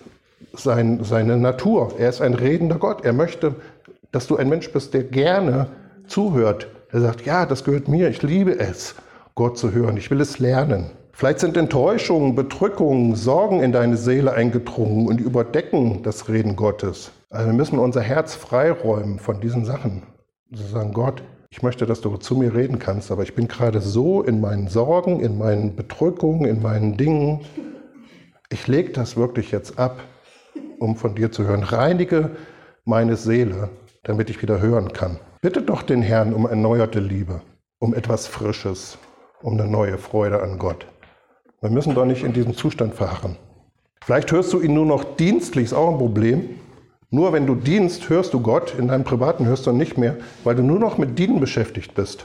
Speaker 1: seine Natur. Er ist ein redender Gott. Er möchte, dass du ein Mensch bist, der gerne zuhört. Er sagt, ja, das gehört mir, ich liebe es, Gott zu hören. Ich will es lernen. Vielleicht sind Enttäuschungen, Bedrückungen, Sorgen in deine Seele eingedrungen und überdecken das Reden Gottes. Also wir müssen unser Herz freiräumen von diesen Sachen. Wir sagen, Gott, ich möchte, dass du zu mir reden kannst, aber ich bin gerade so in meinen Sorgen, in meinen Bedrückungen, in meinen Dingen. Ich lege das wirklich jetzt ab, um von dir zu hören. Reinige meine Seele, damit ich wieder hören kann. Bitte doch den Herrn um erneuerte Liebe, um etwas Frisches, um eine neue Freude an Gott. Wir müssen doch nicht in diesem Zustand verharren. Vielleicht hörst du ihn nur noch dienstlich, ist auch ein Problem. Nur wenn du dienst, hörst du Gott, in deinem Privaten hörst du nicht mehr, weil du nur noch mit Dienen beschäftigt bist.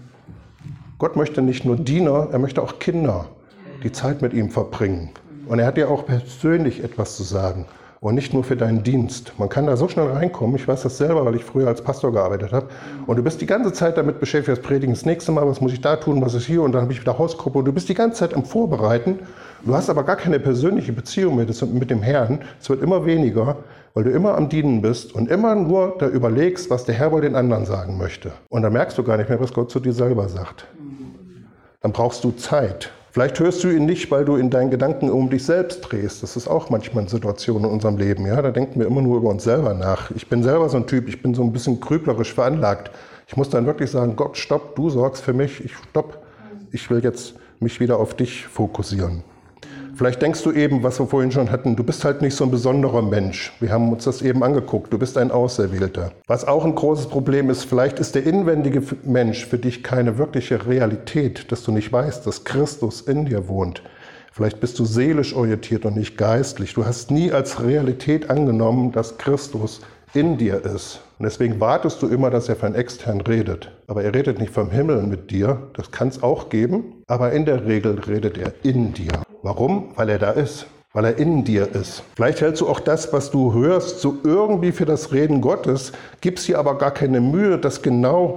Speaker 1: Gott möchte nicht nur Diener, er möchte auch Kinder, die Zeit mit ihm verbringen. Und er hat dir auch persönlich etwas zu sagen und nicht nur für deinen Dienst. Man kann da so schnell reinkommen, ich weiß das selber, weil ich früher als Pastor gearbeitet habe. Und du bist die ganze Zeit damit beschäftigt, das Predigen das nächste Mal, was muss ich da tun, was ist hier und dann habe ich wieder Hausgruppe. Und du bist die ganze Zeit am Vorbereiten. Du hast aber gar keine persönliche Beziehung mit dem Herrn. Es wird immer weniger, weil du immer am Dienen bist und immer nur da überlegst, was der Herr wohl den anderen sagen möchte. Und dann merkst du gar nicht mehr, was Gott zu dir selber sagt. Dann brauchst du Zeit. Vielleicht hörst du ihn nicht, weil du in deinen Gedanken um dich selbst drehst. Das ist auch manchmal eine Situation in unserem Leben. Ja? Da denken wir immer nur über uns selber nach. Ich bin selber so ein Typ, ich bin so ein bisschen grüblerisch veranlagt. Ich muss dann wirklich sagen, Gott, stopp, du sorgst für mich, ich will jetzt mich wieder auf dich fokussieren. Vielleicht denkst du eben, was wir vorhin schon hatten, du bist halt nicht so ein besonderer Mensch. Wir haben uns das eben angeguckt, du bist ein Auserwählter. Was auch ein großes Problem ist, vielleicht ist der inwendige Mensch für dich keine wirkliche Realität, dass du nicht weißt, dass Christus in dir wohnt. Vielleicht bist du seelisch orientiert und nicht geistlich. Du hast nie als Realität angenommen, dass Christus in dir ist. Und deswegen wartest du immer, dass er von extern redet. Aber er redet nicht vom Himmel mit dir, das kann es auch geben, aber in der Regel redet er in dir. Warum? Weil er da ist, weil er in dir ist. Vielleicht hältst du auch das, was du hörst, so irgendwie für das Reden Gottes, gibst dir aber gar keine Mühe, das genau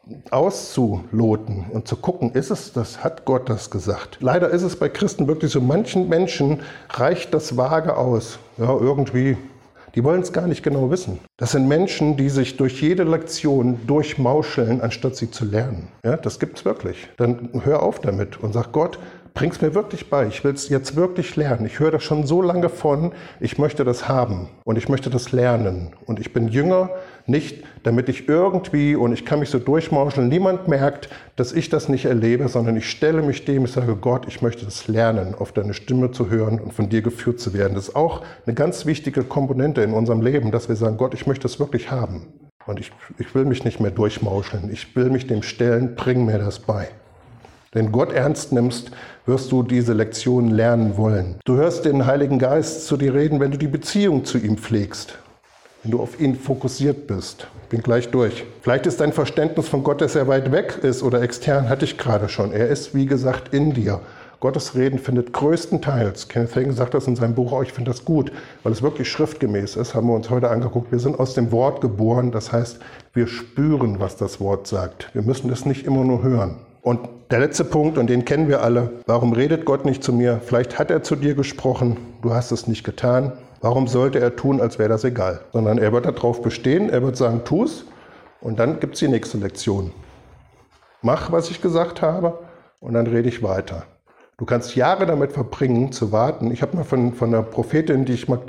Speaker 1: auszuloten und zu gucken, ist es das, hat Gott das gesagt? Leider ist es bei Christen wirklich so, manchen Menschen reicht das vage aus. Ja, irgendwie. Die wollen es gar nicht genau wissen. Das sind Menschen, die sich durch jede Lektion durchmauscheln, anstatt sie zu lernen. Ja, das gibt es wirklich. Dann hör auf damit und sag, Gott, bring's mir wirklich bei. Ich will es jetzt wirklich lernen. Ich höre das schon so lange von. Ich möchte das haben und ich möchte das lernen. Und ich bin Jünger, nicht damit ich irgendwie, und ich kann mich so durchmauscheln, niemand merkt, dass ich das nicht erlebe, sondern ich stelle mich dem, ich sage, Gott, ich möchte das lernen, auf deine Stimme zu hören und von dir geführt zu werden. Das ist auch eine ganz wichtige Komponente in unserem Leben, dass wir sagen, Gott, ich möchte es wirklich haben. Und ich will mich nicht mehr durchmauscheln. Ich will mich dem stellen, bring mir das bei. Wenn Gott ernst nimmst, wirst du diese Lektionen lernen wollen. Du hörst den Heiligen Geist zu dir reden, wenn du die Beziehung zu ihm pflegst, wenn du auf ihn fokussiert bist. Ich bin gleich durch. Vielleicht ist dein Verständnis von Gott, dass er weit weg ist oder extern, hatte ich gerade schon. Er ist, wie gesagt, in dir. Gottes Reden findet größtenteils, Kenneth Hagin sagt das in seinem Buch auch, ich finde das gut, weil es wirklich schriftgemäß ist, haben wir uns heute angeguckt. Wir sind aus dem Wort geboren, das heißt, wir spüren, was das Wort sagt. Wir müssen das nicht immer nur hören. Und der letzte Punkt, und den kennen wir alle, warum redet Gott nicht zu mir? Vielleicht hat er zu dir gesprochen, du hast es nicht getan. Warum sollte er tun, als wäre das egal? Sondern er wird darauf bestehen, er wird sagen, tu's, und dann gibt es die nächste Lektion. Mach, was ich gesagt habe, und dann rede ich weiter. Du kannst Jahre damit verbringen, zu warten. Ich habe mal von einer Prophetin, die ich mal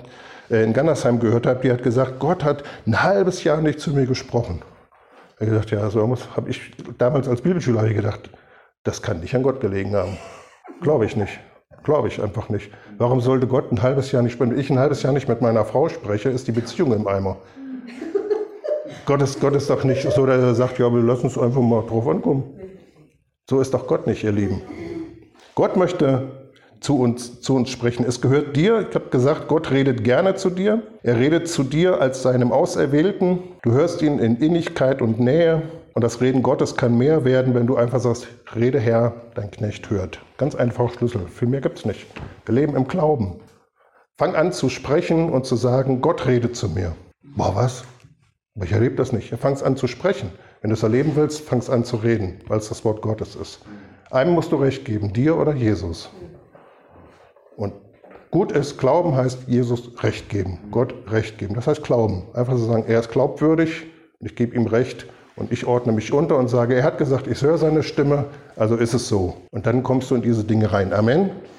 Speaker 1: in Gandersheim gehört habe, die hat gesagt, Gott hat ein halbes Jahr nicht zu mir gesprochen. Ich habe gesagt, ja, so habe ich damals als Bibelschüler gedacht, das kann nicht an Gott gelegen haben. Glaube ich nicht. Glaube ich einfach nicht. Warum sollte Gott ein halbes Jahr nicht sprechen? Wenn ich ein halbes Jahr nicht mit meiner Frau spreche, ist die Beziehung im Eimer. Gott ist doch nicht so, dass er sagt, ja, aber lass uns einfach mal drauf ankommen. So ist doch Gott nicht, ihr Lieben. Gott möchte zu uns sprechen. Es gehört dir, ich habe gesagt, Gott redet gerne zu dir. Er redet zu dir als seinem Auserwählten. Du hörst ihn in Innigkeit und Nähe. Und das Reden Gottes kann mehr werden, wenn du einfach sagst, rede Herr, dein Knecht hört. Ganz einfacher Schlüssel, viel mehr gibt es nicht. Wir leben im Glauben. Fang an zu sprechen und zu sagen, Gott redet zu mir. Boah, was? Aber ich erlebe das nicht. Fang an zu sprechen. Wenn du es erleben willst, fang an zu reden, weil es das Wort Gottes ist. Einem musst du recht geben, dir oder Jesus. Und gut ist, Glauben heißt Jesus Recht geben, Gott Recht geben. Das heißt Glauben. Einfach so sagen, er ist glaubwürdig, ich gebe ihm Recht und ich ordne mich unter und sage, er hat gesagt, ich höre seine Stimme, also ist es so. Und dann kommst du in diese Dinge rein. Amen.